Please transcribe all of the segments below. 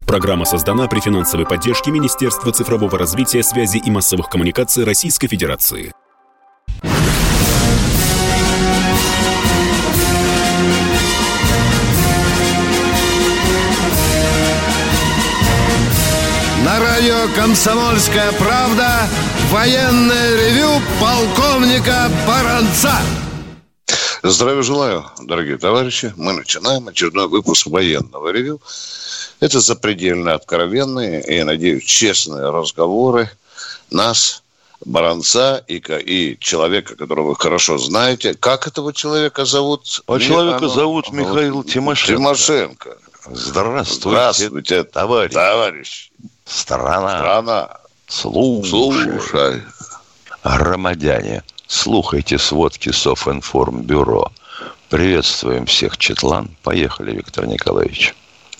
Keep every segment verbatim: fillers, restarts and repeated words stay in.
Программа создана при финансовой поддержке Министерства цифрового развития, связи и массовых коммуникаций Российской Федерации. На радио «Комсомольская правда» военное ревю полковника Баранца. Здравия желаю, дорогие товарищи. Мы начинаем очередной выпуск военного ревю. Это запредельно откровенные и, я надеюсь, честные разговоры нас, Баранца и, и человека, которого вы хорошо знаете. Как этого человека зовут? А человека оно... зовут Михаил Тимошенко. Тимошенко. Здравствуйте, Здравствуйте, товарищ. товарищ. Страна. Страна. Слушай. Слушай. Громадяне, слухайте сводки Софинформбюро. Приветствуем всех, Четлан. Поехали, Виктор Николаевич.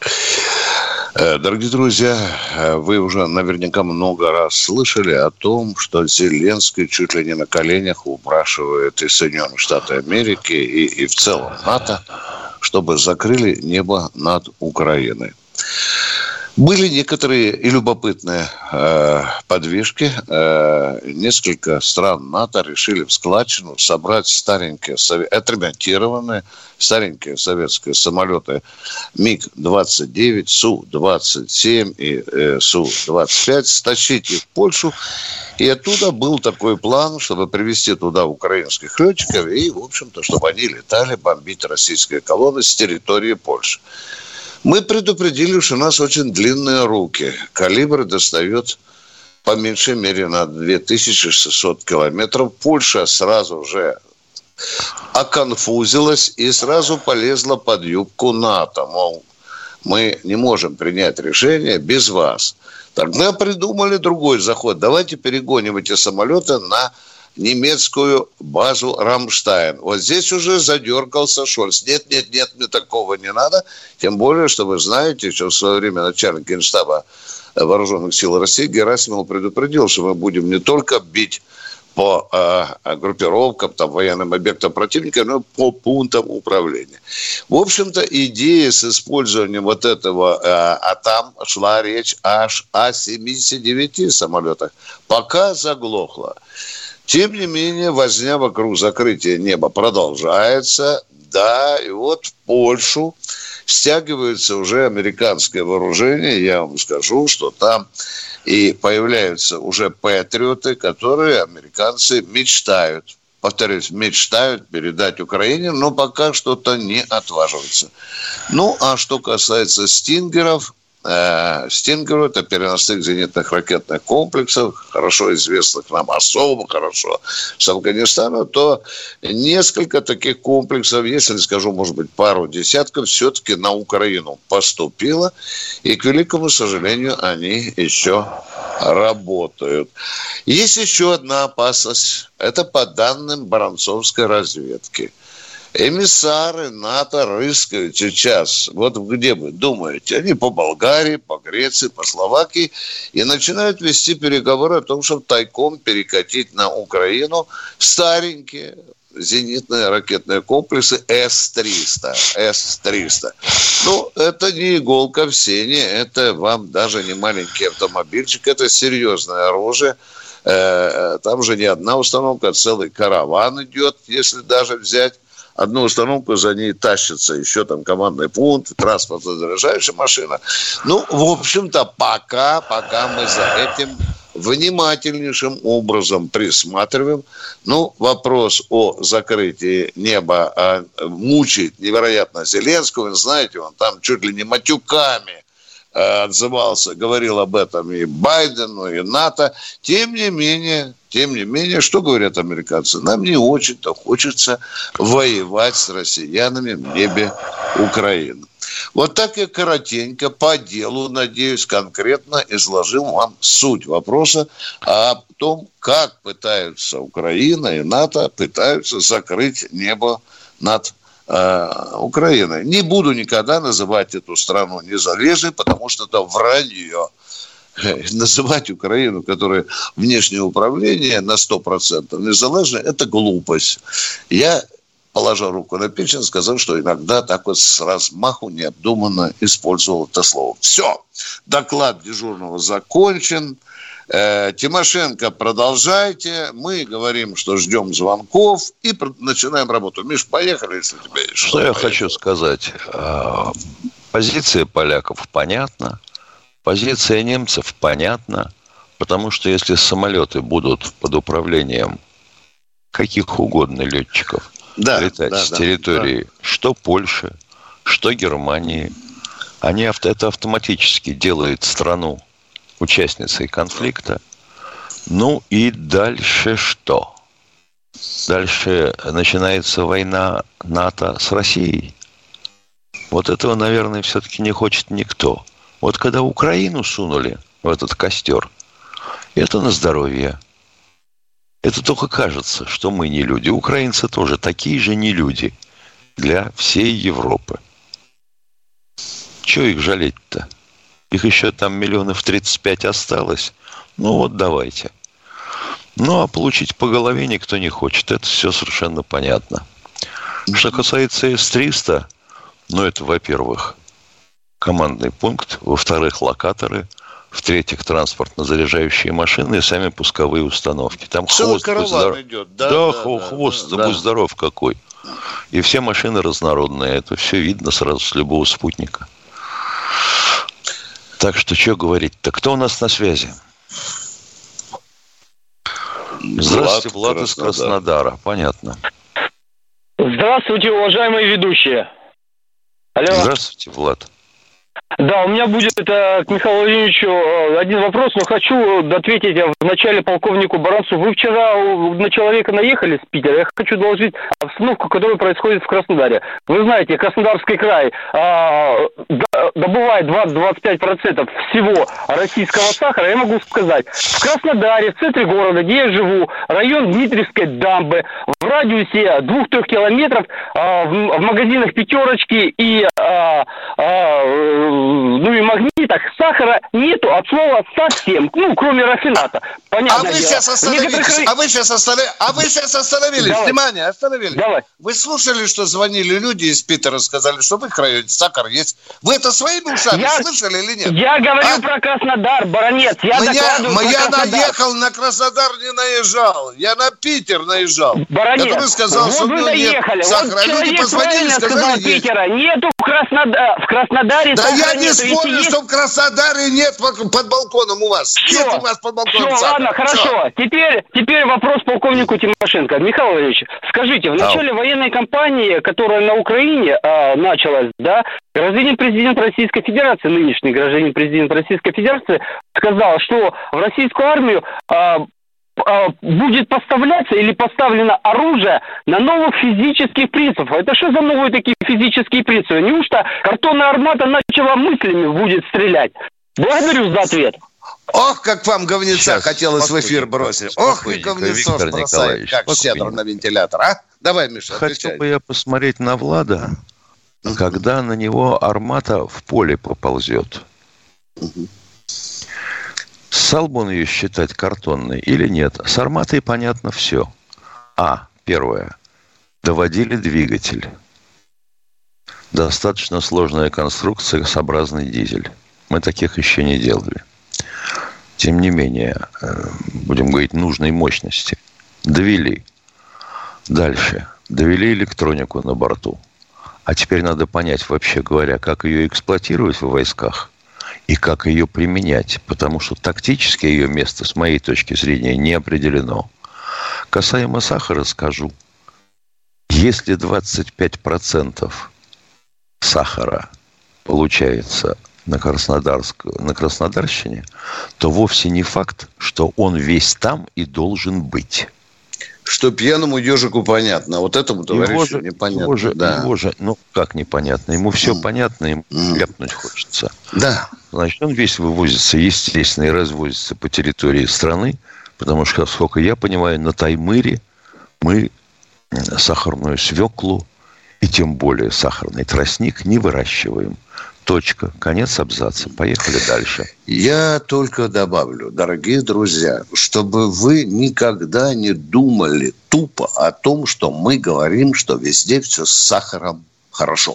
Дорогие друзья, вы уже наверняка много раз слышали о том, что Зеленский чуть ли не на коленях упрашивает и Соединенные Штаты Америки, и, и в целом НАТО, чтобы закрыли небо над Украиной. Были некоторые и любопытные э, подвижки. Э, несколько стран НАТО решили в складчину собрать старенькие, отремонтированные старенькие советские самолеты МиГ двадцать девять, Су двадцать семь и э, Су двадцать пять, стащить их в Польшу. И оттуда был такой план, чтобы привезти туда украинских летчиков и, в общем-то, чтобы они летали бомбить российские колонны с территории Польши. Мы предупредили, что у нас очень длинные руки. Калибр достает по меньшей мере на две тысячи шестьсот километров. Польша сразу же оконфузилась и сразу полезла под юбку НАТО. Мол, мы не можем принять решение без вас. Тогда придумали другой заход. Давайте перегоним эти самолеты на немецкую базу «Рамштайн». Вот здесь уже задергался Шольц. Нет, нет, нет, мне такого не надо. Тем более, что вы знаете, что в свое время начальник Генштаба Вооруженных сил России Герасимов предупредил, что мы будем не только бить по э, группировкам, там, военным объектам противника, но и по пунктам управления. В общем-то, идея с использованием вот этого, э, а там шла речь аж о семидесяти девяти самолетах, пока заглохла. Тем не менее, возня вокруг закрытия неба продолжается. Да, и вот в Польшу стягивается уже американское вооружение. Я вам скажу, что там и появляются уже патриоты, которые американцы мечтают, повторюсь, мечтают передать Украине, но пока что-то не отваживаются. Ну, а что касается стингеров, Стингеры – это переносных зенитных ракетных комплексов, хорошо известных нам особо хорошо с Афганистана, то несколько таких комплексов, если не скажу, может быть, пару десятков, все-таки на Украину поступило, и, к великому сожалению, они еще работают. Есть еще одна опасность. Это по данным Баранцовской разведки. Эмиссары НАТО рыскают сейчас, вот где вы думаете, они по Болгарии, по Греции, по Словакии, и начинают вести переговоры о том, чтобы тайком перекатить на Украину старенькие зенитные ракетные комплексы эс триста. эс триста. Ну, это не иголка в сене, это вам даже не маленький автомобильчик, это серьезное оружие. Там же не одна установка, а целый караван идет, если даже взять одну установку, за ней тащится еще там командный пункт, транспортно-заряжающая машина. Ну, в общем-то, пока, пока мы за этим внимательнейшим образом присматриваем. Ну, вопрос о закрытии неба а, мучает невероятно Зеленского. Вы знаете, он там чуть ли не матюками а, отзывался, говорил об этом и Байдену, и НАТО. Тем не менее, тем не менее, что говорят американцы? Нам не очень-то хочется воевать с россиянами в небе Украины. Вот так я коротенько, по делу, надеюсь, конкретно изложил вам суть вопроса о том, как пытаются Украина и НАТО пытаются закрыть небо над э, Украиной. Не буду никогда называть эту страну незалежной, потому что это вранье. Называть Украину, которая внешнее управление на сто процентов незалежная, это глупость. Я, положа руку на печень, сказал, что иногда так вот с размаху необдуманно использовал это слово. Все. доклад дежурного закончен. Тимошенко, продолжайте. Мы говорим, что ждем звонков и начинаем работу. Миш, поехали, если у тебя есть. Что, что я поехали. хочу сказать. Позиция поляков понятна. Позиция немцев понятна. Потому что если самолеты будут под управлением каких угодно летчиков да, летать да, с территории да. что Польши, что Германии, они авто, это автоматически делает страну участницей конфликта. Ну и дальше что? Дальше начинается война НАТО с Россией. Вот этого, наверное, все-таки не хочет никто. Вот когда Украину сунули в этот костер, это на здоровье. Это только кажется, что мы не люди. Украинцы тоже такие же не люди для всей Европы. Чего их жалеть-то? Их еще там миллионов тридцать пять осталось. Ну вот давайте. Ну а получить по голове никто не хочет. Это все совершенно понятно. Что касается эс триста, ну это, во-первых, командный пункт, во-вторых, локаторы, в-третьих, транспортно-заряжающие машины и сами пусковые установки. Там целый хвост, будь здоров. Идет. Да, да, да, хвост, да, да. Будь здоров какой. И все машины разнородные. Это все видно сразу с любого спутника. Так что, что говорить-то? Кто у нас на связи? Здравствуйте, Влад, Влад из Краснодара. Понятно. Здравствуйте, уважаемые ведущие. Алло. Здравствуйте, Влад. Да, у меня будет это, к Михаилу Владимировичу один вопрос, но хочу ответить вначале полковнику Баранцу. Вы вчера на человека наехали с Питера. Я хочу доложить обстановку, которая происходит в Краснодаре. Вы знаете, Краснодарский край а, добывает двадцать-двадцать пять процентов всего российского сахара. Я могу сказать, в Краснодаре, в центре города, где я живу, район Дмитриевской дамбы, в радиусе двух-трех километров а, в, в магазинах «Пятерочки» и а, а, ну и магнитах сахара нету от слова совсем, ну, кроме рафината. Понятно. А вы сейчас остановились, некоторых... а вы сейчас, останов... а вы сейчас остановились, Давай. внимание, остановились. Давай. Вы слушали, что звонили люди из Питера, сказали, что в их районе сахар есть. Вы это своими ушами я... слышали или нет? Я говорю а? про Краснодар, баронец, я Меня... докладываю про Я Краснодар. наехал на Краснодар, не наезжал, я на Питер наезжал. Баронец, который сказал, вот что вы наехали, нет вот сахара. человек Люди позвонили, правильно сказали, сказал есть. Питера, нету в, Краснод... в Краснодаре да сахара. Я не нету, спорю, есть... что в Краснодаре нет под балконом у вас. Все, нет у вас под балконом все, сахара. ладно, хорошо. Теперь, теперь вопрос полковнику Тимошенко. Михаил Владимирович, скажите, в начале Ау. военной кампании, которая на Украине а, началась, да, гражданин президент Российской Федерации, нынешний гражданин президент Российской Федерации, сказал, что в российскую армию а, а, будет поставляться или поставлено оружие на новых физических принципах. Это что за новые такие физические принципы? Неужто картонная армата начала мыслями будет стрелять? Благодарю за ответ. Ох, как вам говнеца Сейчас, хотелось в эфир бросить. Ох, и говнецов бросает, как седр на вентилятор, а? Давай, Миша, отвечай. Хотел бы я посмотреть на Влада, uh-huh. когда на него армата в поле поползет. Uh-huh. Стал бы он ее считать картонной или нет? С арматой понятно все. А, первое. Доводили двигатель. Достаточно сложная конструкция, сообразный дизель. Мы таких еще не делали. Тем не менее, будем говорить, нужной мощности. Довели. Дальше. Довели электронику на борту. А теперь надо понять, вообще говоря, как ее эксплуатировать в войсках и как ее применять. Потому что тактически ее место, с моей точки зрения, не определено. Касаемо сахара скажу. Если двадцать пять процентов сахара получается на, Краснодарск, на Краснодарщине, то вовсе не факт, что он весь там и должен быть. Что пьяному ежику понятно. Вот этому товарищу непонятно. Его же, да. его же, ну, как непонятно? Ему все mm. понятно, ему mm. ляпнуть хочется. Да. Значит, он весь вывозится, естественно, и развозится по территории страны, потому что, сколько я понимаю, на Таймыре мы сахарную свеклу и тем более сахарный тростник не выращиваем. Точка. Конец абзаца. Поехали дальше. Я только добавлю, дорогие друзья, чтобы вы никогда не думали тупо о том, что мы говорим, что везде все с сахаром хорошо.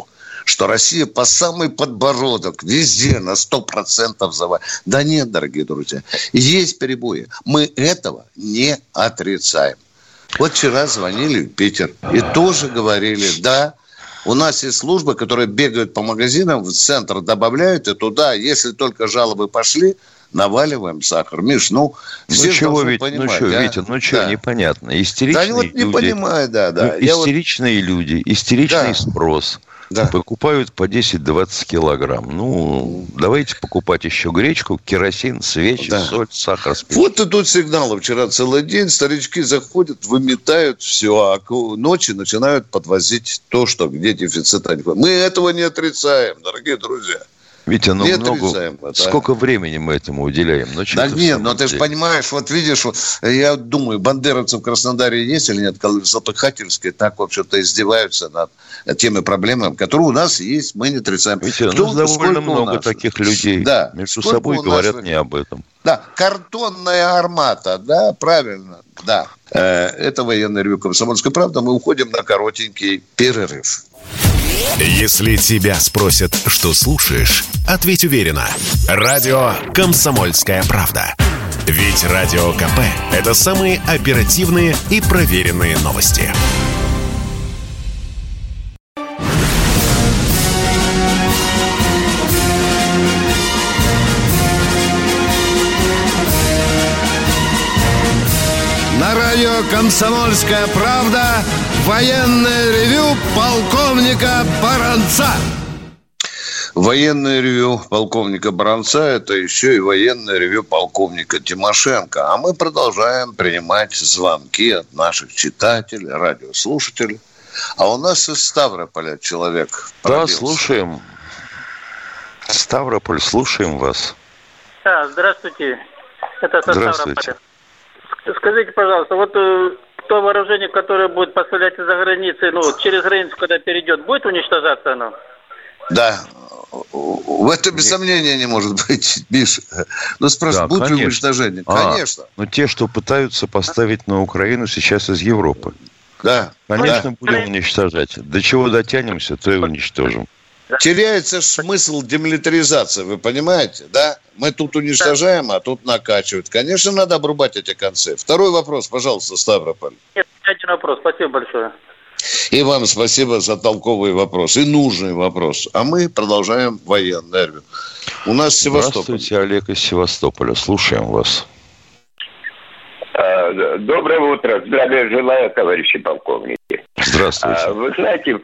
что Россия по самый подбородок везде на сто процентов завалена. Да нет, дорогие друзья, есть перебои. Мы этого не отрицаем. Вот вчера звонили в Питер и тоже говорили, да, у нас есть службы, которые бегают по магазинам, в центр добавляют, и туда, если только жалобы пошли, наваливаем сахар. Миш, ну, все ну, чего, должны Витя, понимать. Ну, что, да? Витя, ну, что, да. непонятно. Истеричные да, вот люди. не понимаю, да, да. Ну, истеричные вот... люди, истеричный да. спрос. Да. Покупают по десять-двадцать килограмм. Ну, давайте покупать еще гречку, керосин, свечи, да. соль, сахар. Спички. Вот и тут сигналы. Вчера целый день старички заходят, выметают все, а ночью начинают подвозить то, что где дефицит. Мы этого не отрицаем, дорогие друзья. Витя, ну не много... Это. Сколько времени мы этому уделяем? Ну, да нет, но ты же понимаешь, вот видишь, вот, я думаю, бандеровцы в Краснодаре есть или нет, Золотохатинские так, в общем-то, издеваются над теми проблемами, которые у нас есть, мы не отрицаем. Витя, Кто, ну, довольно много таких людей да. между сколько собой говорят не об этом. Да, картонная армата, да, правильно, да. Это военное ревью «Комсомольской правды». Мы уходим на коротенький перерыв. Если тебя спросят, что слушаешь, ответь уверенно. Радио «Комсомольская правда». Ведь Радио КП – это самые оперативные и проверенные новости. На радио «Комсомольская правда» военное ревю полковника Баранца. Военное ревю полковника Баранца – это еще и военное ревю полковника Тимошенко. А мы продолжаем принимать звонки от наших читателей, радиослушателей. А у нас из Ставрополя человек пробился. Да, слушаем. Ставрополь, слушаем вас. Да, здравствуйте. Это со Ставрополя. Скажите, пожалуйста, вот то вооружение, которое будет поставлять из-за границы, ну, через границу, когда перейдет, будет уничтожаться оно? Да. В этом без сомнения не может быть, Миша. Ну, спрашивают, да, будет ли уничтожение? А, конечно. Но те, что пытаются поставить на Украину сейчас из Европы. Да. Конечно, да. будем уничтожать. До чего дотянемся, то и уничтожим. Теряется смысл демилитаризации, вы понимаете, да? Мы тут уничтожаем, а тут накачивают. Конечно, надо обрубать эти концы. Второй вопрос, пожалуйста, Ставрополь. Нет, один вопрос. Спасибо большое. И вам спасибо за толковый вопрос и нужный вопрос. А мы продолжаем военное ревью. У нас Севастополь. Здравствуйте, Олег из Севастополя. Слушаем вас. Доброе утро. Здравия желаю, товарищи полковники. Здравствуйте. Вы знаете,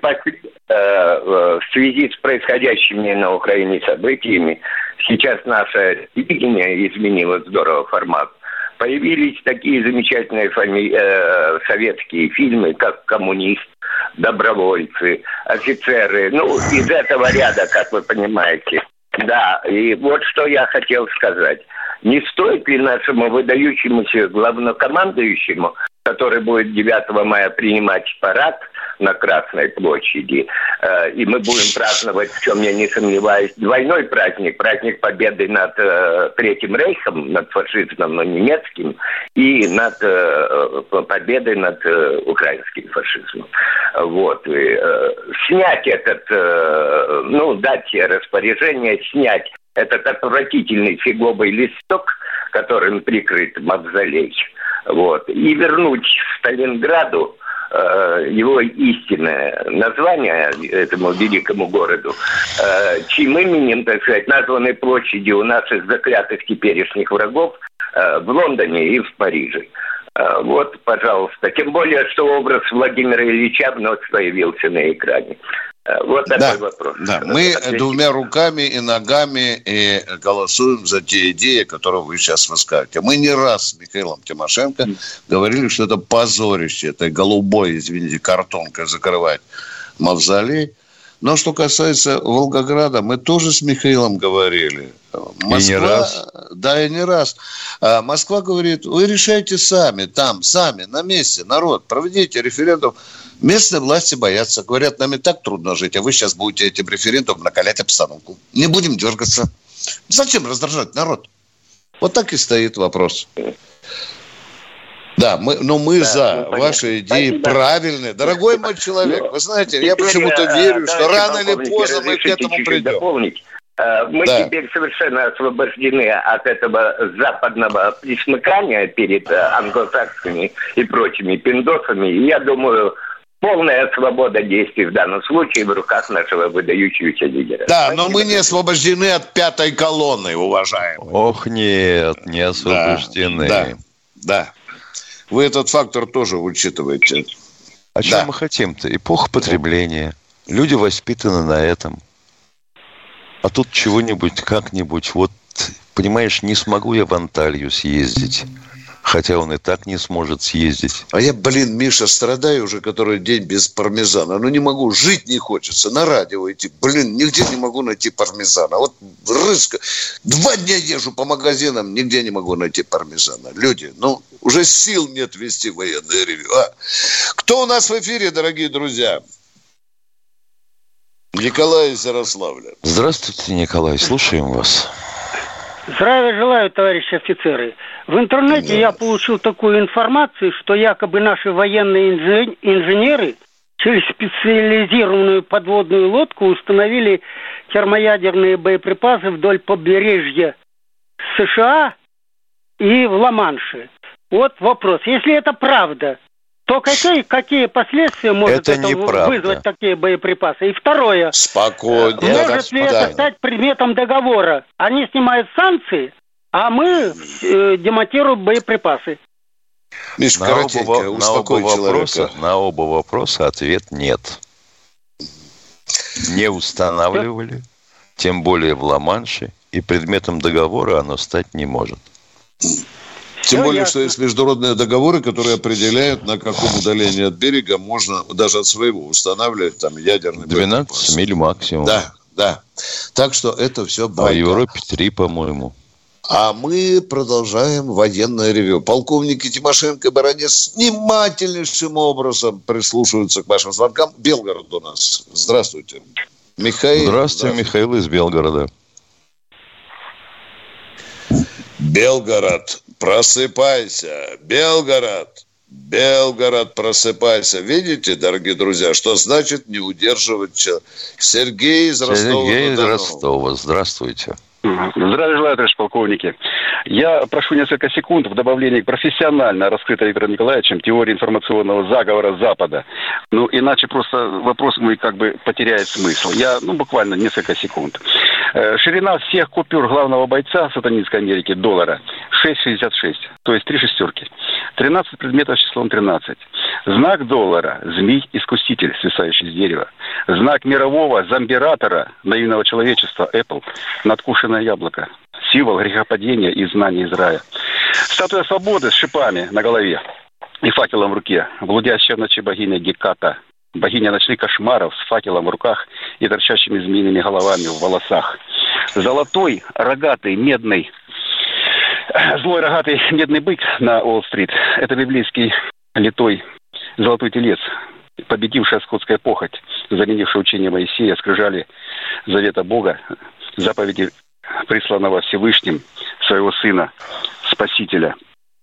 в связи с происходящими на Украине событиями, сейчас наше видение изменило здорово формат. Появились такие замечательные фами... э, советские фильмы, как «Коммунист», «Добровольцы», «Офицеры». Ну, из этого ряда, как вы понимаете. Да, и вот что я хотел сказать. Не стоит ли нашему выдающемуся главнокомандующему, который будет девятого мая принимать парад на Красной площади, э, и мы будем праздновать, в чем я не сомневаюсь, двойной праздник, праздник победы над э, Третьим Рейхом, над фашизмом, но немецким, и над э, победой над э, украинским фашизмом. Вот. И, э, снять этот, э, ну, дать распоряжение снять этот отвратительный фиговый листок, которым прикрыт мавзолей, вот, и вернуть Сталинграду э, его истинное название, этому великому городу, э, чьим именем, так сказать, названы площади у наших заклятых теперешних врагов э, в Лондоне и в Париже. Э, вот, пожалуйста. Тем более, что образ Владимира Ильича вновь появился на экране. Вот такой да, вопрос. Да. Мы Ответьте. двумя руками и ногами и голосуем за те идеи, которые вы сейчас высказываете. Мы не раз с Михаилом Тимошенко mm. говорили, что это позорище, это голубой, извините, картонкой закрывать мавзолей. Но что касается Волгограда, мы тоже с Михаилом говорили. Москва, и не раз. Да, и не раз. А Москва говорит, вы решайте сами, там, сами, на месте, народ, проведите референдум. Местные власти боятся. Говорят, нам и так трудно жить, а вы сейчас будете этим референдумом накалять обстановку. Не будем дергаться. Зачем раздражать народ? Вот так и стоит вопрос. Да, мы, но мы да, за. ну, Ваши идеи Спасибо. правильные. Дорогой мой человек, вы знаете, Теперь, я почему-то верю, что рано или полковник, поздно мы к этому придем. Дополнить. Мы да. теперь совершенно освобождены от этого западного присмыкания перед англосаксами и прочими пиндосами. И я думаю, полная свобода действий в данном случае в руках нашего выдающегося лидера. Да, Спасибо. но мы не освобождены от пятой колонны, уважаемые. Ох, нет, не освобождены. Да, да, да. Вы этот фактор тоже учитываете. А да. Что мы хотим-то? Эпоха потребления. Люди воспитаны на этом. А тут чего-нибудь, как-нибудь, вот, понимаешь, не смогу я в Анталью съездить. Хотя он и так не сможет съездить. А я, блин, Миша, страдаю уже который день без пармезана. Ну, не могу, жить не хочется, на радио идти. Блин, нигде не могу найти пармезана. Вот рыска. Два дня езжу по магазинам, нигде не могу найти пармезана. Люди, ну, уже сил нет вести военное ревью. А? Кто у нас в эфире, дорогие друзья? Николай из Ярославля. Здравствуйте, Николай, слушаем вас. Здравия желаю, товарищи офицеры. В интернете да. я получил такую информацию, что якобы наши военные инженеры через специализированную подводную лодку установили термоядерные боеприпасы вдоль побережья США и в Ла-Манше. Вот вопрос. Если это правда, то какие, какие последствия может это, это вызвать такие боеприпасы? И второе. Спокойно. Может ли это стать предметом договора? Они снимают санкции, а мы э, демонтируем боеприпасы. Миш, на оба, на, оба вопроса, на оба вопроса ответ нет. Не устанавливали, тем более в Ла-Манше, и предметом договора оно стать не может. Тем более, что есть международные договоры, которые определяют, на каком удалении от берега можно даже от своего устанавливать там ядерный боеприпас. двенадцать миль максимум. Да, да. Так что это все байка. А в Европе три, по-моему. А мы продолжаем военное ревью. Полковники Тимошенко и Баранец внимательнейшим образом прислушиваются к вашим звонкам. Белгород у нас. Здравствуйте. Михаил. Здравствуйте, Михаил из Белгорода. Белгород, просыпайся. Белгород, Белгород, просыпайся. Видите, дорогие друзья, что значит не удерживать человека? Сергей из Ростова. Сергей из Ростова. Здравствуйте. Здравия желаю, товарищ полковники. Я прошу несколько секунд в добавлении к профессионально раскрытой Виктором Николаевичем теории информационного заговора Запада. Ну, иначе просто вопрос мой как бы потеряет смысл. Я, ну, буквально несколько секунд. Ширина всех купюр главного бойца сатанинской Америки доллара шесть шестьдесят шесть, то есть три шестерки. тринадцать предметов с числом тринадцать. Знак доллара – змей-искуситель, свисающий с дерева. Знак мирового зомбиратора наивного человечества – Apple, надкушенное яблоко. Символ грехопадения и знания из рая. Статуя свободы с шипами на голове и факелом в руке. Блудящая в ночи богиня Геката. Богиня ночных кошмаров с факелом в руках и торчащими змеиными головами в волосах. Золотой, рогатый, медный, злой рогатый медный бык на Уолл-стрит. Это библейский литой золотой телец, победившая скотская похоть, заменившая учение Моисея, скрижали завета Бога, заповеди присланного Всевышним своего Сына, Спасителя.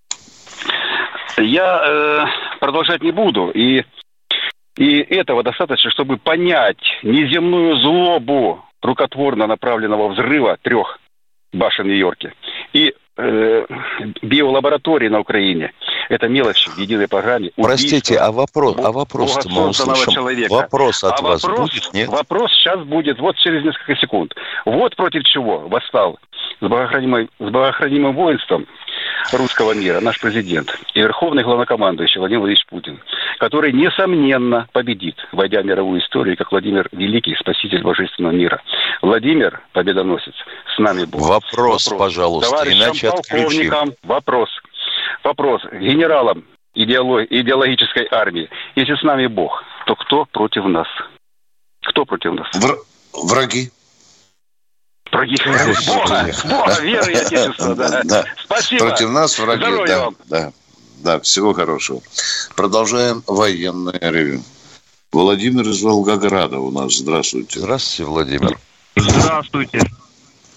Я э, продолжать не буду, и, и этого достаточно, чтобы понять неземную злобу рукотворно направленного взрыва трех башен в Нью-Йорке и э, биолаборатории на Украине. Это мелочи в единой программе. Простите, а вопрос, а вопрос мы услышим. Человека. Вопрос от а вас вопрос, будет, нет? Вопрос сейчас будет, вот через несколько секунд. Вот против чего восстал с богохранимым, с богохранимым воинством русского мира наш президент и верховный главнокомандующий Владимир Владимирович Путин, который, несомненно, победит, войдя в мировую историю, как Владимир Великий, спаситель божественного мира. Владимир, победоносец, с нами Бог. Вопрос, вопрос. Пожалуйста, товарищам иначе отключим. Вопрос. Вопрос. Генералам идеолог... идеологической армии. Если с нами Бог, то кто против нас? Кто против нас? Вр... Враги. Враги. Бога, Бога, веры и Отечества. Да. Да. Спасибо. Против нас враги. Здоровья да, вам. Да, да, всего хорошего. Продолжаем военное ревью. Владимир из Волгограда у нас. Здравствуйте. Здравствуйте, Владимир. Здравствуйте.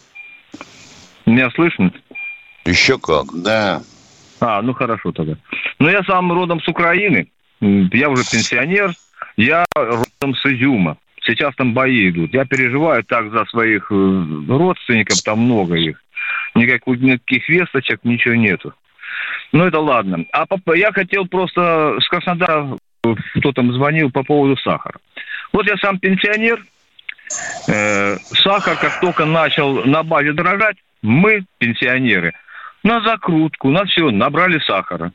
Меня слышно? Еще как. Да. А, ну хорошо тогда. Но я сам родом с Украины, я уже пенсионер, я родом с Изюма. Сейчас там бои идут. Я переживаю так за своих родственников, там много их. Никаких, никаких весточек, ничего нету. Ну, это ладно. А по, я хотел просто с Краснодара, кто там звонил по поводу сахара. Вот я сам пенсионер. Э, сахар, как только начал на базе дорожать, мы, пенсионеры, на закрутку, на все, набрали сахара.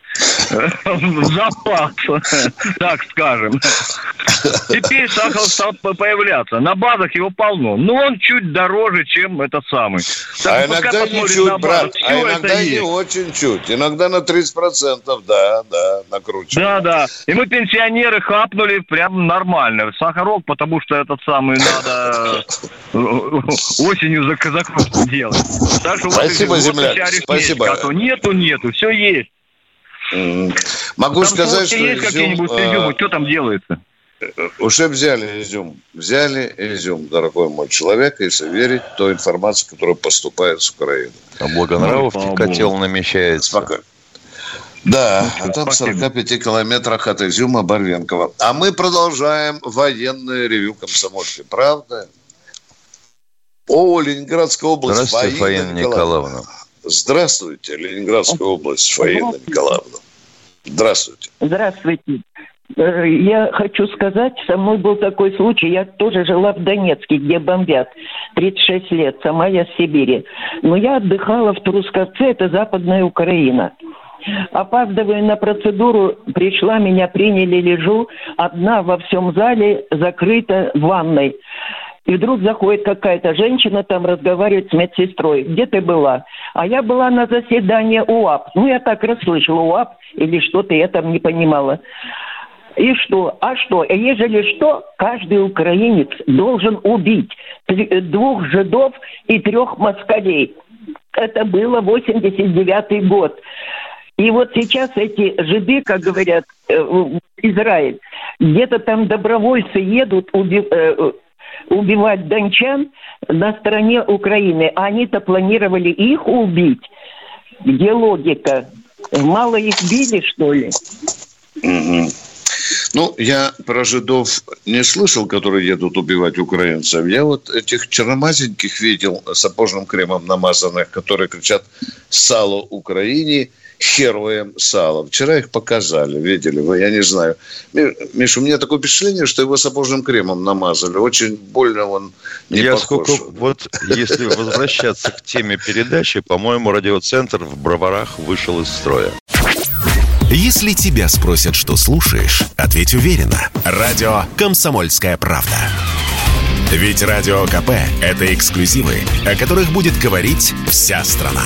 Запас, так скажем. Теперь сахар стал появляться. На базах его полно. Но он чуть дороже, чем этот самый. Так, а иногда не чуть, на брат. А иногда не есть. Очень чуть. Иногда на тридцать процентов, да, да, накручиваем. Да, да. И мы, пенсионеры, хапнули прям нормально. Сахарок, потому что этот самый надо осенью закрутку делать. Так что спасибо, вот, земляк. Вот спасибо. А то нету, нету, все есть. Могу там сказать, что есть какие-нибудь изюмы, что там делается? Уже взяли изюм. Взяли изюм, дорогой мой человек, если верить той информации, которая поступает с Украины. А Благонравовке котел намечается. Спокойно. Да, а там в сорока пяти километрах от Изюма Барвенкова. А мы продолжаем военное ревью Комсомольской правды. О, Ленинградская область. Здравствуйте, Фаина Николаевна. Здравствуйте, Ленинградская область, Фаина Николаевна. Здравствуйте. Здравствуйте. Я хочу сказать, со мной был такой случай, я тоже жила в Донецке, где бомбят, тридцать шесть лет, сама я с Сибири. Но я отдыхала в Трусковце, это Западная Украина. Опаздывая на процедуру, пришла, меня приняли, лежу, одна во всем зале, закрыта в ванной. И вдруг заходит какая-то женщина, там разговаривает с медсестрой. Где ты была? А я была на заседании УАП. Ну, я так расслышала, УАП или что-то, я там не понимала. И что? А что? Ежели что, каждый украинец должен убить двух жидов и трех москалей. Это было восемьдесят девятый год. И вот сейчас эти жиды, как говорят, в Израиль, где-то там добровольцы едут убивать... убивать дончан на стороне Украины. А они-то планировали их убить. Где логика? Мало их били, что ли? Угу. Ну, я про жидов не слышал, которые едут убивать украинцев. Я вот этих черномазеньких видел, сапожным кремом намазанных, которые кричат «Сало Украине!» Херовым салом. Вчера их показали, видели вы, я не знаю. Миша, у меня такое впечатление, что его сапожным кремом намазали. Очень больно он не я похож. Сколько, вот если возвращаться к теме передачи, по-моему, радиоцентр в Броварах вышел из строя. Если тебя спросят, что слушаешь, ответь уверенно. Радио «Комсомольская правда». Ведь Радио КП – это эксклюзивы, о которых будет говорить вся страна.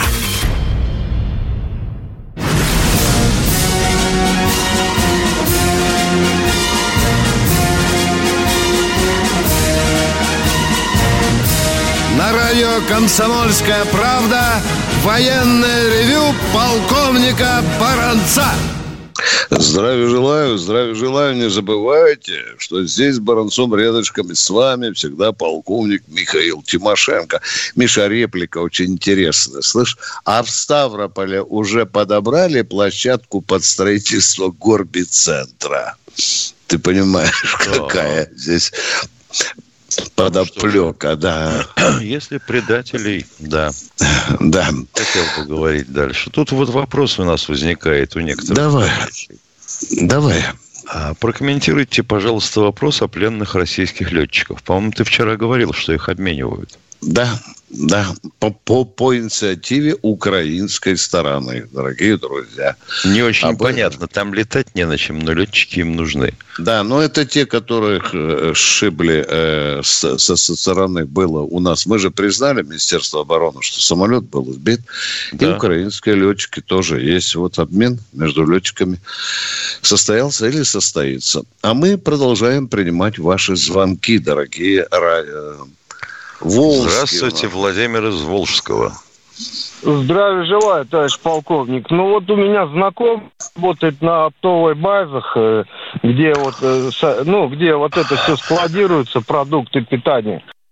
На радио «Комсомольская правда» военное ревю полковника Баранца. Здравия желаю, здравия желаю. Не забывайте, что здесь с Баранцом рядышком и с вами всегда полковник Михаил Тимошенко. Миша, реплика очень интересная. Слышь, а в Ставрополе уже подобрали площадку под строительство горбицентра? Ты понимаешь, какая да. здесь... подоплека, да. Если предателей, да. Да. Хотел бы говорить дальше. Тут вот вопрос у нас возникает у некоторых. Давай. Давай. А, прокомментируйте, пожалуйста, вопрос о пленных российских летчиков. По-моему, ты вчера говорил, что их обменивают. Да, да, по, по, по инициативе украинской стороны, дорогие друзья. Не очень Об понятно, этом... там летать не на чем, но летчики им нужны. Да, но это те, которых э, сшибли э, со, со стороны было у нас. Мы же признали, Министерство обороны, что самолет был сбит, да. И украинские летчики тоже есть. Вот обмен между летчиками состоялся или состоится. А мы продолжаем принимать ваши звонки, дорогие э, Волжские. Здравствуйте, Владимир из Волжского. Здравия желаю, товарищ полковник. Ну вот у меня знакомый работает на оптовых базах, где вот, ну, где вот это все складируется, продукты питания.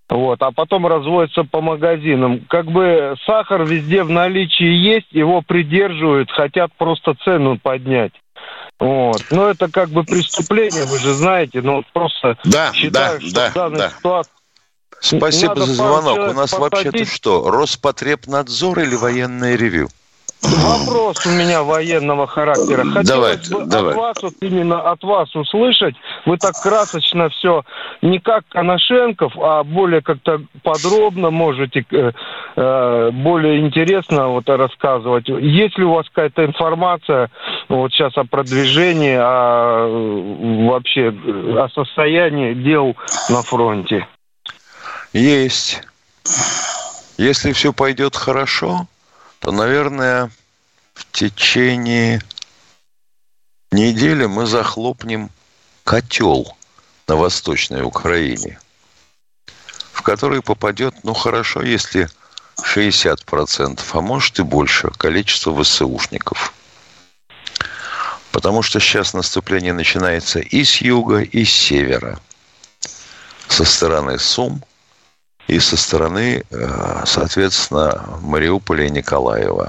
Вот, а потом разводится по магазинам. Как бы сахар везде в наличии есть, его придерживают, хотят просто цену поднять. Вот. Но это как бы преступление, вы же знаете, но просто да, считаю, да, что да, в данной да. ситуации... Спасибо Надо за звонок. У нас посадить... вообще-то что, Роспотребнадзор или военное ревью? Вопрос у меня военного характера. Хотелось давайте, бы давайте. от вас, вот именно от вас услышать. Вы так красочно все, не как Коношенков, а более как-то подробно можете, э, э, более интересно вот рассказывать. Есть ли у вас какая-то информация вот сейчас о продвижении, о, вообще о состоянии дел на фронте? Есть. Если все пойдет хорошо, то, наверное, в течение недели мы захлопнем котел на Восточной Украине, в который попадет, ну, хорошо, если шестьдесят процентов, а может и больше, количество ВСУшников. Потому что сейчас наступление начинается и с юга, и с севера. Со стороны Сум и со стороны, соответственно, Мариуполя и Николаева.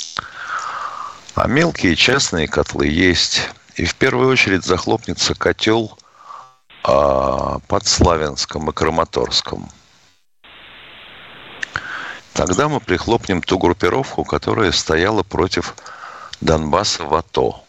А мелкие частные котлы есть. И в первую очередь захлопнется котел а, под Славянском и Краматорском. Тогда мы прихлопнем ту группировку, которая стояла против Донбасса в АТО.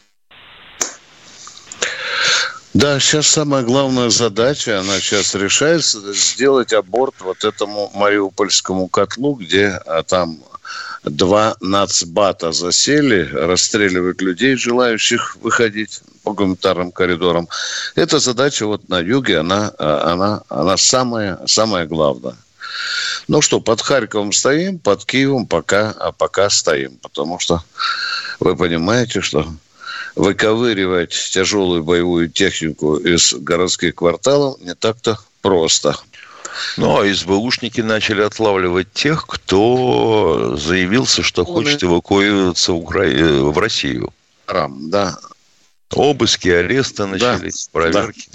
Да, сейчас самая главная задача, она сейчас решается, сделать аборт вот этому мариупольскому котлу, где а, там два нацбата засели, расстреливают людей, желающих выходить по гуманитарным коридорам. Эта задача вот на юге, она, она, она самая, самая главная. Ну что, под Харьковом стоим, под Киевом пока, а пока стоим, потому что вы понимаете, что выковыривать тяжелую боевую технику из городских кварталов не так-то просто. Ну, а СБУшники начали отлавливать тех, кто заявился, что хочет эвакуироваться в, Укра... в Россию. Да. Обыски, аресты начались, да. Проверки.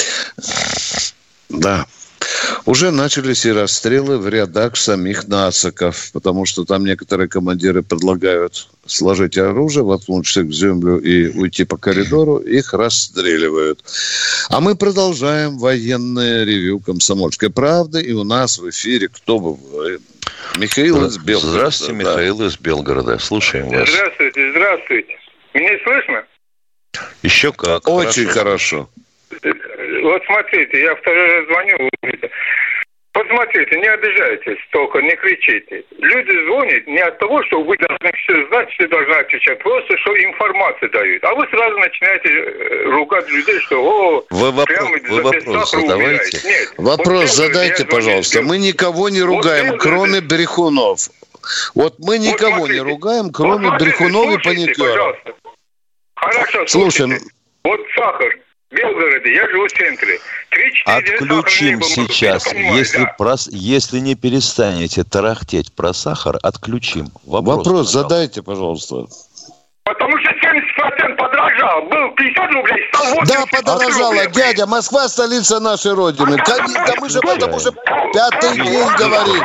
Да. да. Уже начались и расстрелы в рядах самих нациков, потому что там некоторые командиры предлагают сложить оружие, воткнуться в землю и уйти по коридору, их расстреливают. А мы продолжаем военное ревью «Комсомольской правды», и у нас в эфире кто бы вы? Михаил из Белгорода. Здравствуйте, Михаил да. из Белгорода. Слушаем вас. Здравствуйте, здравствуйте. Меня слышно? Еще как. Очень хорошо. хорошо. Вот смотрите, я второй раз звоню. Вот смотрите, не обижайтесь только, не кричите. Люди звонят не от того, что вы должны все знать, все должны отвечать, просто что информацию дают. А вы сразу начинаете ругать людей, что о, вы вопрос, прямо вы вопрос задавайте. Нет, вопрос вот задайте, пожалуйста. Звоню. Мы никого не ругаем, вот кроме брехунов. Вот мы никого вот смотрите, не ругаем, кроме вот брехунов и паникеров. Хорошо, слушаем. Слушайте. Вот сахар. В Белгороде, я живу в центре. Отключим сейчас. Понимаю, если, да. про, если не перестанете тарахтеть про сахар, отключим. Вопрос, Вопрос задайте, пожалуйста. Потому что семьдесят процентов подорожал. Был пятьдесят рублей, стал восемьдесят. Да, подорожало, дядя. Москва столица нашей Родины. А да мы же об этом уже пятый день говорим.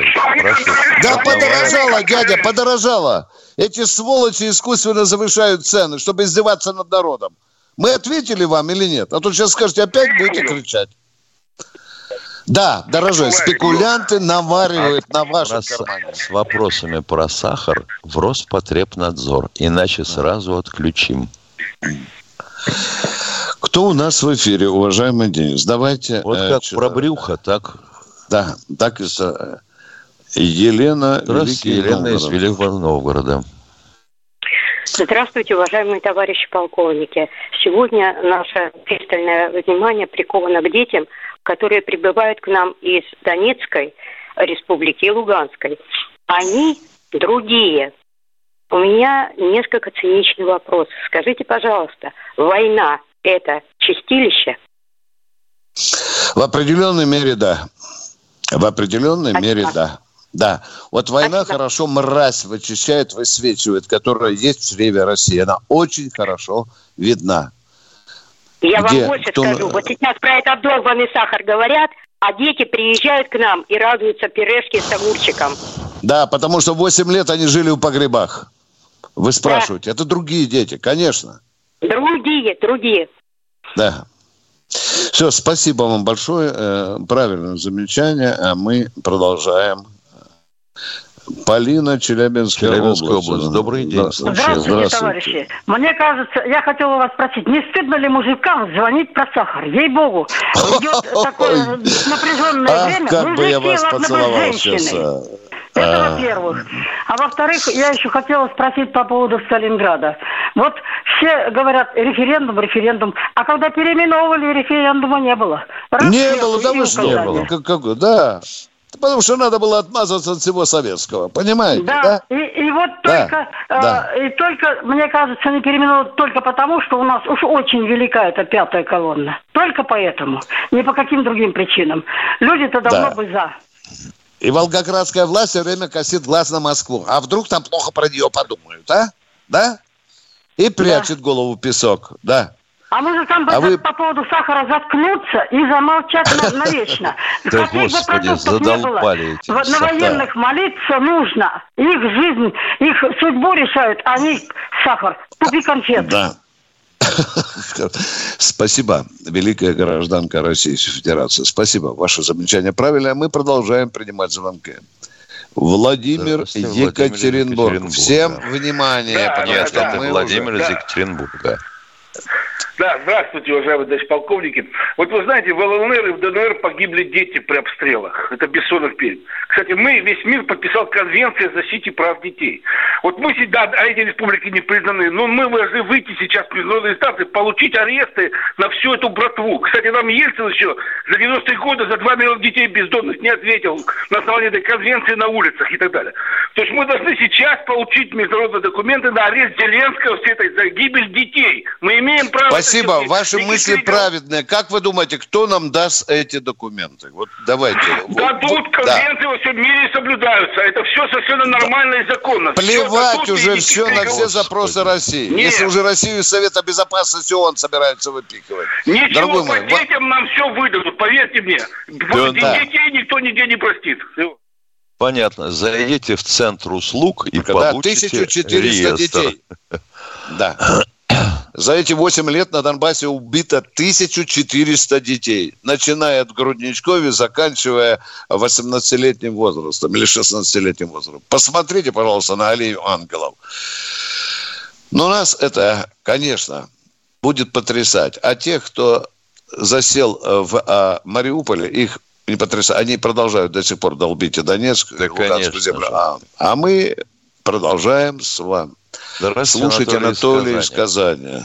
Да, подорожало, дядя, подорожало. Эти сволочи искусственно завышают цены, чтобы издеваться над народом. Мы ответили вам или нет? А то сейчас скажете, опять будете кричать. Да, дорогой, спекулянты наваривают а на вашем кармане. С вопросами про сахар в Роспотребнадзор. Иначе сразу отключим. Кто у нас в эфире, уважаемый Денис? Давайте. Вот э, как что... про брюхо, так... Да, так и... Елена... Здравствуйте, Елена из Великого Новгорода. Здравствуйте, уважаемые товарищи полковники. Сегодня наше пристальное внимание приковано к детям, которые прибывают к нам из Донецкой республики и Луганской. Они другие. У меня несколько циничный вопрос. Скажите, пожалуйста, война – это чистилище? В определенной мере, да. В определенной Спасибо. мере, да. Да, вот война Спасибо. хорошо мразь вычищает, высвечивает, которая есть в чреве России. Она очень хорошо видна. Я Где, вам больше кто... скажу. Вот сейчас про этот долбанный сахар говорят, А дети приезжают к нам и радуются пюрешке с огурчиком. Да, потому что восемь лет они жили в погребах. Вы спрашиваете, да. Это другие дети, конечно. Другие, другие. Да. Все, спасибо вам большое. Правильное замечание. А мы продолжаем. Полина, Челябинская, Челябинская область. область. Добрый день. Здравствуйте, Здравствуйте, товарищи. Мне кажется, я хотела вас спросить, не стыдно ли мужикам звонить про сахар? Ей-богу, идет такое напряженное время. Как бы я вас поцеловал сейчас. Это во-первых. А во-вторых, я еще хотела спросить по поводу Сталинграда. Вот все говорят референдум, референдум. А когда переименовывали, референдума не было. Раз не было, да вы что? Не было. Как, как, да. Потому что надо было отмазаться от всего советского, понимаете? Да, да? И, и вот только, да, э, да. и только, мне кажется, не переименовывают только потому, что у нас уж очень велика эта пятая колонна. Только поэтому, не по каким другим причинам. Люди-то давно да. бы за. И волгоградская власть все время косит глаз на Москву. А вдруг там плохо про нее подумают, а? Да? И прячет да. голову в песок, да. А мы же там бы а вы... по поводу сахара заткнуться и замолчать навечно. Да, Господи, задолбали эти. На военных молиться нужно. Их жизнь, их судьбу решают, а не сахар. Купи конфет. Да. Спасибо, великая гражданка Российской Федерации. Спасибо, ваше замечание правильное. Мы продолжаем принимать звонки. Владимир, Екатеринбург. Екатеринбург. Всем да. внимание. Да, Нет, да, это Владимир уже... из Екатеринбурга. Да, здравствуйте, уважаемые товарищи полковники. Вот вы знаете, в ЛНР и в ДНР погибли дети при обстрелах. Это Бессонов Пермь. Кстати, мы, весь мир подписал Конвенцию о защите прав детей. Вот мы всегда, а эти республики не признаны, но мы должны выйти сейчас в международные инстанции, получить аресты на всю эту братву. Кстати, нам Ельцин еще за девяностые годы за два миллиона детей бездомных не ответил на основании этой конвенции на улицах и так далее. То есть мы должны сейчас получить международные документы на арест Зеленского все этой за гибель детей. Мы имеем право... Спасибо, ваши мысли праведные. Как вы думаете, кто нам даст эти документы? Вот давайте. Дадут, вот, конвенции да. во всем мире соблюдаются. Это все совершенно нормально и законно. Плевать все уже все на все запросы России. Нет. Если уже Россию из Совета Безопасности ООН собираются выпихивать. Ничего, Дорогой по мой, детям ва... нам все выдадут, поверьте мне. Да, детей да. никто нигде не простит. Понятно. Зайдите в центр услуг и да, получите тысяча четыреста реестр. Детей. Да. За эти восемь лет на Донбассе убито тысяча четыреста детей, начиная от грудничков и заканчивая восемнадцатилетним возрастом или шестнадцатилетним возрастом. Посмотрите, пожалуйста, на аллею ангелов. Но нас это, конечно, будет потрясать. А тех, кто засел в а, Мариуполе, их не потрясает. Они продолжают до сих пор долбить и Донецк, да, и Луганскую землю. А, а мы продолжаем с вами. Слушайте Анатолий из Казани.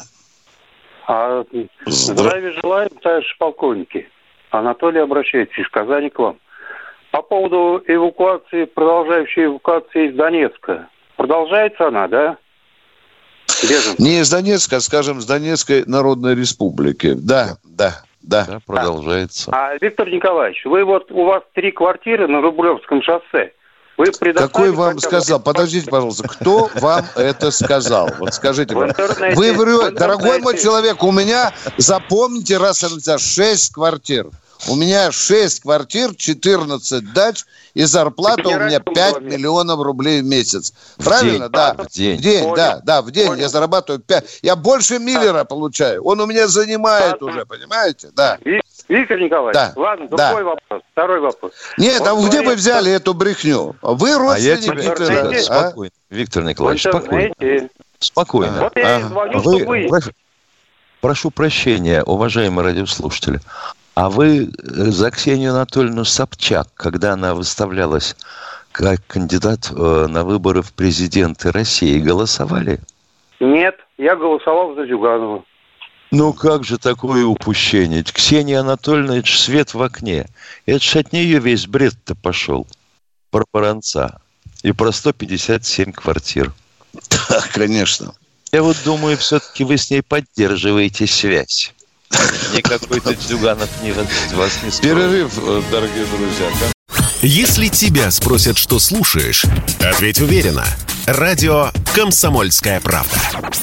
А, здравия желаем, товарищи полковники. Анатолий обращается из Казани к вам. По поводу эвакуации, продолжающей эвакуации из Донецка. Продолжается она, да? Беженцы. Не из Донецка, а, скажем, с Донецкой Народной Республики. Да, да, да. Да, продолжается. А, Виктор Николаевич, вы вот, у вас три квартиры на Рублевском шоссе. Вы Какой вам сказал? Бы... Подождите, пожалуйста. Кто вам это сказал? Вот скажите. Вы врете. Дорогой мой человек, у меня, запомните раз и навсегда, шесть квартир. У меня шесть квартир, четырнадцать дач, и зарплата у меня пять миллионов рублей в месяц. В Правильно? День. Да. В день. В день, да, да, в день Понял. Я зарабатываю пять. Я больше миллера получаю. Он у меня занимает да. уже, понимаете? Да. Виктор Николаевич, да. ладно, другой да. вопрос, второй вопрос. Нет, вот а вы где вы взяли эту брехню? Вы родственники. А я тебе... а? Спокойно, Виктор Николаевич, спокойно. Спокойно. Вот я а, звоню, вы... вы... Прошу, прошу прощения, уважаемые радиослушатели, а вы за Ксению Анатольевну Собчак, когда она выставлялась как кандидат на выборы в президенты России, голосовали? Нет, я голосовал за Зюганова. Ну как же такое упущение? Ксения Анатольевна, это ж свет в окне. Это ж от нее весь бред-то пошел. Про Баранца. И про сто пятьдесят семь квартир. Да, конечно. Я вот думаю, все-таки вы с ней поддерживаете связь. Никакой-то Зюганов не вас не строит. Перерыв, дорогие друзья. Если тебя спросят, что слушаешь, ответь уверенно. Радио «Комсомольская правда».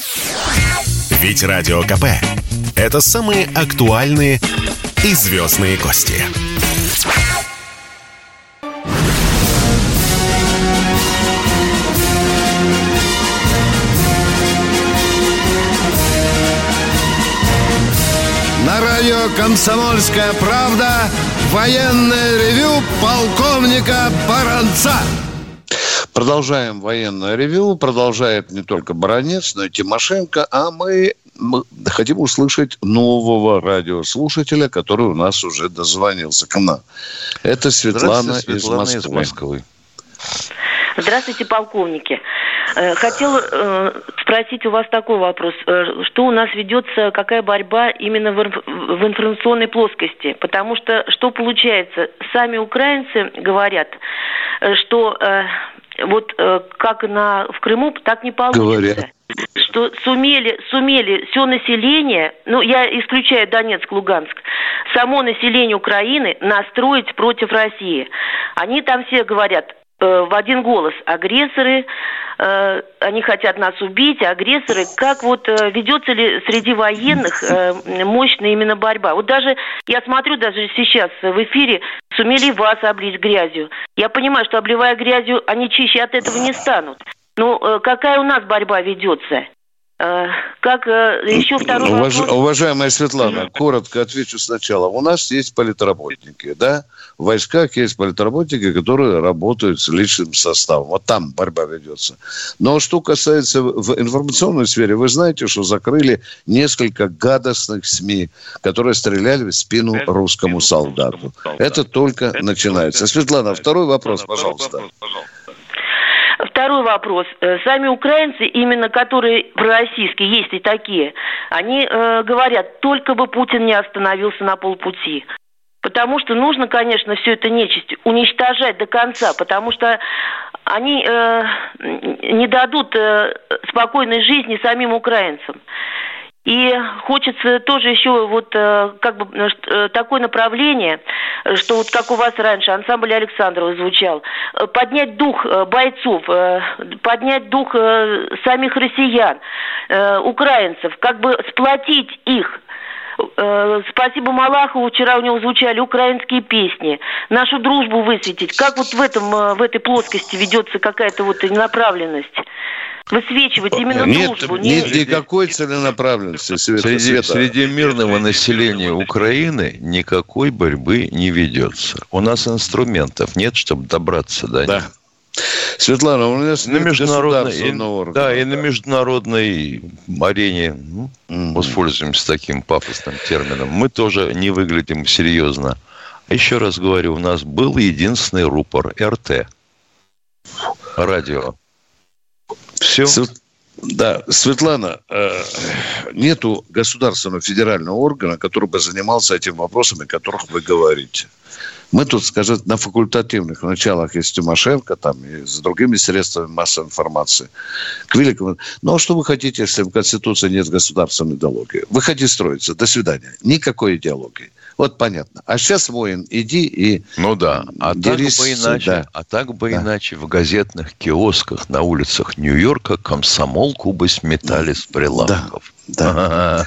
Ведь Радио КП – это самые актуальные и звездные гости. «Комсомольская правда». Военное ревю полковника Баранца. Продолжаем военное ревю. Продолжает не только Баранец, но и Тимошенко. А мы, мы хотим услышать нового радиослушателя, который у нас уже дозвонился к нам. Это Светлана, Светлана из, из Москвы. Москвы. Здравствуйте, полковники. Хотела э, спросить у вас такой вопрос. Что у нас ведется, какая борьба именно в, в информационной плоскости? Потому что, что получается, сами украинцы говорят, что э, вот э, как на, в Крыму, так не получится. Говорят. Что сумели, сумели все население, ну, я исключаю Донецк, Луганск, само население Украины настроить против России. Они там все говорят в один голос: агрессоры, э, они хотят нас убить, агрессоры. Как вот э, ведется ли среди военных э, мощная именно борьба? Вот даже, я смотрю, даже сейчас в эфире сумели вас облить грязью. Я понимаю, что обливая грязью, они чище от этого не станут. Но э, какая у нас борьба ведется? Э, как э, еще второй Уваж... вопрос? Уважаемая Светлана, коротко отвечу сначала. У нас есть политработники, да? В войсках есть политработники, которые работают с личным составом. Вот там борьба ведется. Но что касается в информационной сфере, вы знаете, что закрыли несколько гадостных СМИ, которые стреляли в спину русскому солдату. Это только начинается. Светлана, второй вопрос, пожалуйста. Второй вопрос. Сами украинцы, именно которые пророссийские, есть и такие, они э, говорят, только бы Путин не остановился на полпути. Потому что нужно, конечно, всю эту нечисть уничтожать до конца, потому что они э, не дадут э, спокойной жизни самим украинцам. И хочется тоже еще вот э, как бы э, такое направление, что вот как у вас раньше ансамбль Александрова звучал, э, поднять дух э, бойцов, э, поднять дух э, самих россиян, э, украинцев, как бы сплотить их. Э, спасибо Малахову, вчера у него звучали украинские песни, нашу дружбу высветить. Как вот в этом, э, в этой плоскости ведется какая-то вот направленность? Высвечивать именно нет, дружбу. Нет не... никакой целенаправленности. Среди, среди мирного населения Украины никакой борьбы не ведется. У нас инструментов нет, чтобы добраться до да. них. Светлана, у нас на международной, и, органа, да, и на международной арене, ну, mm-hmm. воспользуемся таким пафосным термином, мы тоже не выглядим серьезно. Еще раз говорю, у нас был единственный рупор эр тэ. Радио. Все. Да, Светлана, э, нету государственного федерального органа, который бы занимался этим вопросом, о которых вы говорите. Мы тут, скажем, на факультативных началах и с Тимошенко, там, и с другими средствами массовой информации. К великому... Ну, а что вы хотите, если в Конституции нет государственной идеологии? Вы хотите строиться. До свидания. Никакой идеологии. Вот понятно. А сейчас, воин, иди и ну да, а дерись, так бы иначе, да. а так бы да. иначе в газетных киосках на улицах Нью-Йорка комсомолку бы сметали с прилавков. Да.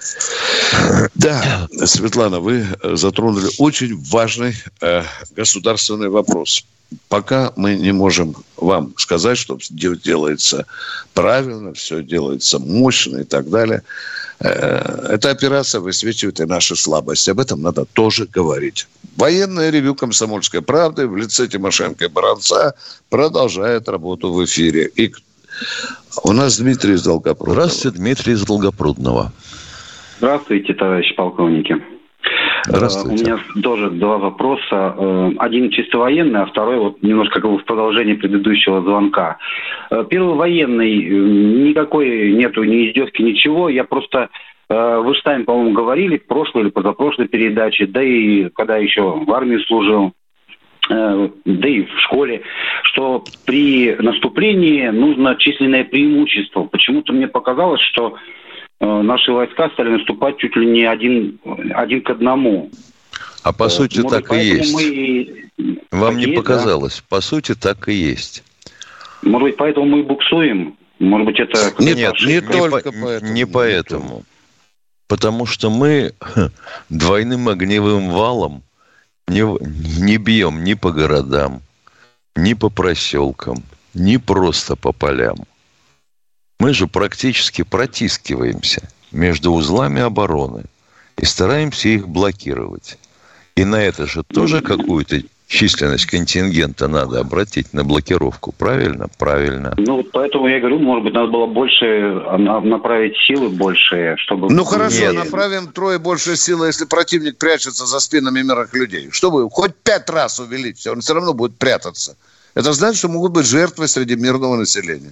Да, Светлана, вы затронули очень важный э, государственный вопрос. Пока мы не можем вам сказать, что все делается правильно, все делается мощно и так далее. Эта операция высвечивает и наши слабости. Об этом надо тоже говорить. Военное ревю «Комсомольской правды» в лице Тимошенко и Баранца продолжает работу в эфире. И у нас Дмитрий из Долгопрудного. Здравствуйте, Дмитрий из Долгопрудного. Здравствуйте, товарищи полковники. Здравствуйте. У меня тоже два вопроса. Один чисто военный, а второй вот немножко как бы в продолжении предыдущего звонка. Первый военный, никакой нету ни издевки, ничего. Я просто, вы же сами, по-моему, говорили в прошлой или позапрошлой передаче, да и когда еще в армии служил, да и в школе, что при наступлении нужно численное преимущество. Почему-то мне показалось, что наши войска стали наступать чуть ли не один, один к одному. А по сути Может, так и есть. Мы... Вам Такие, не показалось? Да? По сути так и есть. Может быть, поэтому мы буксуем? Может быть, это... Нет, нет не, не только по, поэтому. Не поэтому. Потому что мы двойным огневым валом не, не бьем ни по городам, ни по проселкам, ни просто по полям. Мы же практически протискиваемся между узлами обороны и стараемся их блокировать. И на это же тоже какую-то численность контингента надо обратить на блокировку. Правильно? Правильно. Ну, поэтому я говорю, может быть, надо было больше направить силы больше, чтобы... Ну, хорошо, Нет. направим трое больше силы, если противник прячется за спинами мирных людей. Чтобы хоть пять раз увеличить, он все равно будет прятаться. Это значит, что могут быть жертвы среди мирного населения.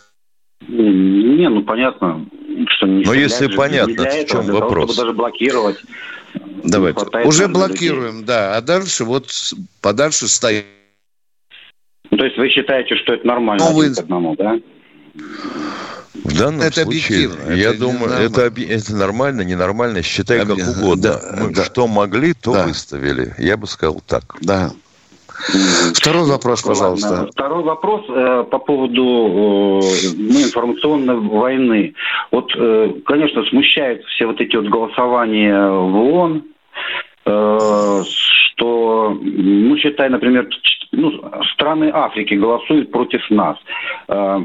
Не, ну, понятно, что не... Но если понятно, в чем того, вопрос. Чтобы даже блокировать. Давайте. Хватает Уже людей. блокируем, да. А дальше вот подальше стоим. Ну, то есть вы считаете, что это нормально Ну, вы... один к одному, да? В данном это случае, объективно. я это думаю, это, объ... это нормально, ненормально, считай Объ... как угодно. Да, Мы да. что могли, то да. выставили. Я бы сказал так. Да. Второй вопрос, пожалуйста. Ладно. Второй вопрос э, по поводу э, ну, информационной войны. Вот, э, конечно, смущают все вот эти вот голосования в ООН, э, что, ну, считай, например, ну, страны Африки голосуют против нас. Э,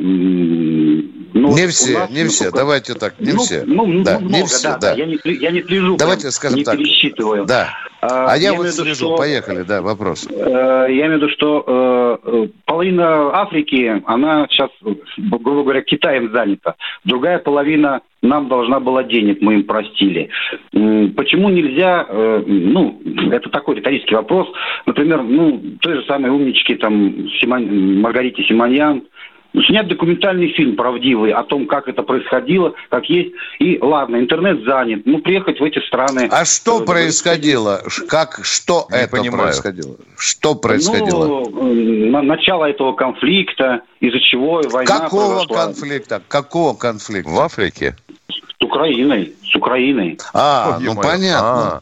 ну, не вот все, нас, не ну, все, только... давайте так, не ну, все. Ну, да, много, не все, да, да. да. Я, не, я не слежу, давайте прям, скажем не так. пересчитываю. Да. А, а я, я вот слежу, слежу, что... поехали, да, вопрос. Э, я имею в виду, что э, половина Африки, она сейчас, грубо говоря, Китаем занята. Другая половина нам должна была денег, мы им простили. Почему нельзя, э, ну, это такой риторический вопрос, например, ну, той же самой умнички, там, Симон, Маргарите Симоньян, снять документальный фильм правдивый о том, как это происходило, как есть. И ладно, интернет занят. Ну, приехать в эти страны. А что происходило? Как, что Не это понимаю. происходило? Что происходило? Ну, на, начало этого конфликта, из-за чего война Какого произошла. конфликта? Какого конфликта? В Африке? С Украиной. С Украиной. А, Ой, ну ё-моё. понятно. А,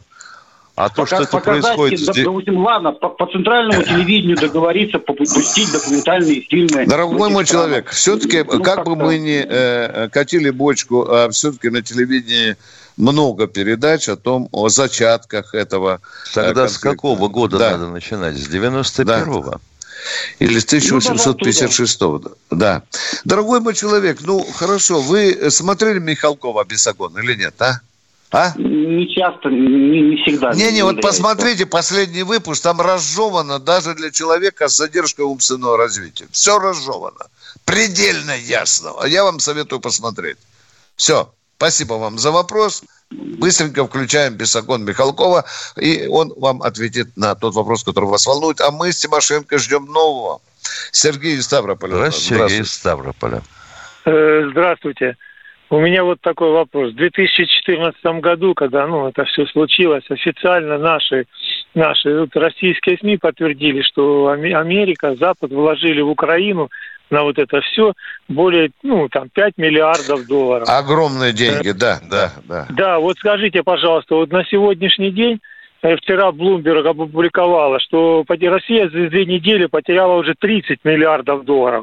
а то, Пока, что это показать, происходит... да, допустим, ладно, по, по центральному телевидению договориться, пустить документальные фильмы. Дорогой мой странах. человек, все-таки, Ну, как бы как-то... мы ни э, катили бочку, а все-таки на телевидении много передач о том, о зачатках этого Тогда э, с какого года да. надо начинать? С девяносто первого? Да. Или с тысяча восемьсот пятьдесят шестого. Да. Дорогой мой человек, ну, хорошо, вы смотрели Михалкова «Бесогон» или нет, а? А? Не часто, не, не всегда. Не-не, вот посмотрите последний выпуск, там разжевано даже для человека с задержкой умственного развития. Все разжевано. Предельно ясно. А я вам советую посмотреть. Все. Спасибо вам за вопрос. Быстренько включаем «Бесогон» Михалкова, и он вам ответит на тот вопрос, который вас волнует. А мы с Тимошенко ждем нового. Сергей из Ставрополя. Здравствуйте, Сергей из Ставрополя. Здравствуйте. У меня вот такой вопрос. В две тысячи четырнадцатом году, когда ну, это все случилось, официально наши, наши вот, российские СМИ подтвердили, что Америка, Запад вложили в Украину на вот это все более, ну, там, пять миллиардов долларов. Огромные деньги, да, да, да. Да, вот скажите, пожалуйста, вот на сегодняшний день, вчера Bloomberg опубликовала, что Россия за две недели потеряла уже тридцать миллиардов долларов.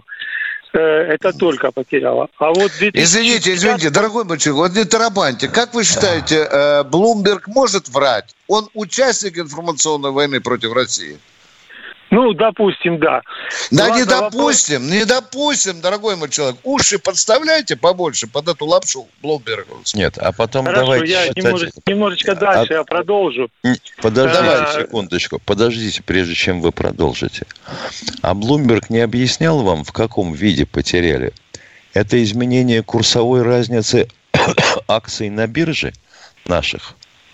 Это только потеряла. А вот две тысячи... Извините, извините, дорогой мальчик, вот не тарабаньте. Как вы считаете, Блумберг может врать? Он участник информационной войны против России? Ну, допустим, да. Да Ладно, не допустим, вопрос... не допустим, дорогой мой человек. Уши подставляйте побольше под эту лапшу Блумбергу. Нет, а потом Хорошо, давайте я считать... немножечко, немножечко дальше а... я продолжу. Подождите да. секундочку, подождите, прежде чем вы продолжите. А Блумберг не объяснял вам, в каком виде потеряли? Это изменение курсовой разницы акций на бирже наших?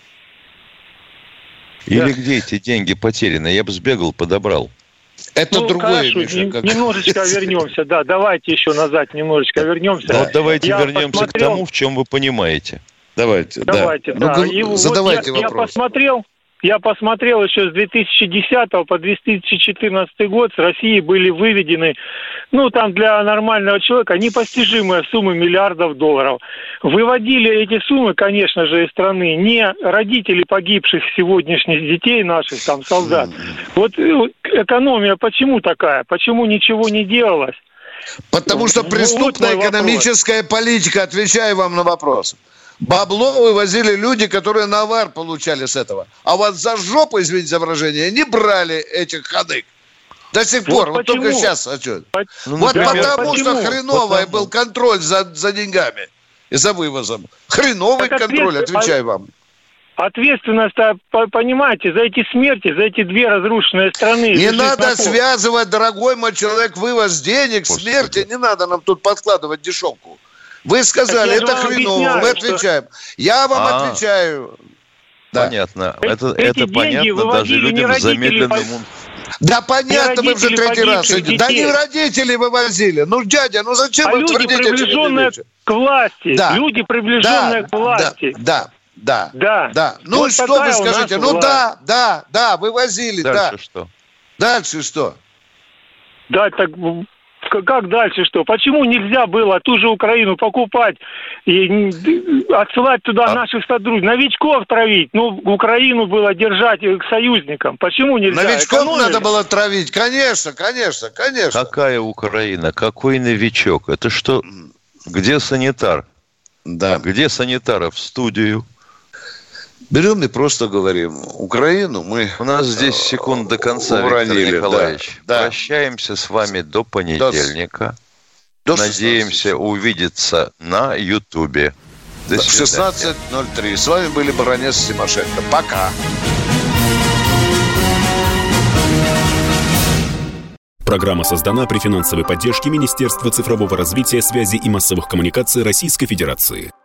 Или да. где эти деньги потеряны? Я бы сбегал, подобрал. Это ну, другое, хорошо, Миша, как... немножечко вернемся, да, давайте еще назад немножечко вернемся. Вот давайте я вернемся посмотрел... к тому, в чем вы понимаете. Давайте, давайте, да. да. Ну, И задавайте вот я, вопрос. Я посмотрел, я посмотрел еще с две тысячи десятого по две тысячи четырнадцатый год с России были выведены, ну, там для нормального человека непостижимые суммы миллиардов долларов. Выводили эти суммы, конечно же, из страны не родители погибших сегодняшних детей наших, там, солдат. Вот экономия почему такая? Почему ничего не делалось? Потому что преступная вот экономическая политика, отвечаю вам на вопрос. Бабло вывозили люди, которые навар получали с этого. А вот за жопу, извините за выражение, не брали этих ходык. До сих вот пор. Вот только сейчас. А что? Ну, вот например, потому почему? что хреновый потому. был контроль за, за деньгами и за вывозом. Хреновый так контроль, ответ, отвечаю а, вам. ответственность, понимаете, за эти смерти, за эти две разрушенные страны. Не надо связывать, дорогой мой человек, вывоз денег, Господи. смерти. Не надо нам тут подкладывать дешевку. Вы сказали, это хреново, мы отвечаем. Что... Я вам А-а-а. отвечаю. Да. Понятно. Это, это понятно даже людям с замедленным... Да понятно, мы уже третий раз идем. Да не родители вывозили. Ну, дядя, ну зачем а вы люди, твердите? приближенные к власти. Да. Люди, приближенные да, к власти. Да, да, да. да. Ну, вот что вы скажете? Ну, власть. да, да, да, вывозили, Дальше да. что? Дальше что? Да, так... Как дальше что? Почему нельзя было ту же Украину покупать и отсылать туда а? наших сотрудников? Новичков травить? Ну, Украину было держать к союзникам. Почему нельзя? Новичков Экономили? Надо было травить? Конечно, конечно, конечно. Какая Украина? Какой новичок? Это что? Где санитар? Да. Где санитары? В студию. Берем и просто говорим, Украину мы... У нас здесь секунд до конца, уронили, Виктор Николаевич. Да, да. Прощаемся с вами до понедельника. До, до Надеемся увидеться на Ютубе. До да, шестнадцать ноль три. С вами были Баранец и Тимошенко. Пока. Программа создана при финансовой поддержке Министерства цифрового развития, связи и массовых коммуникаций Российской Федерации.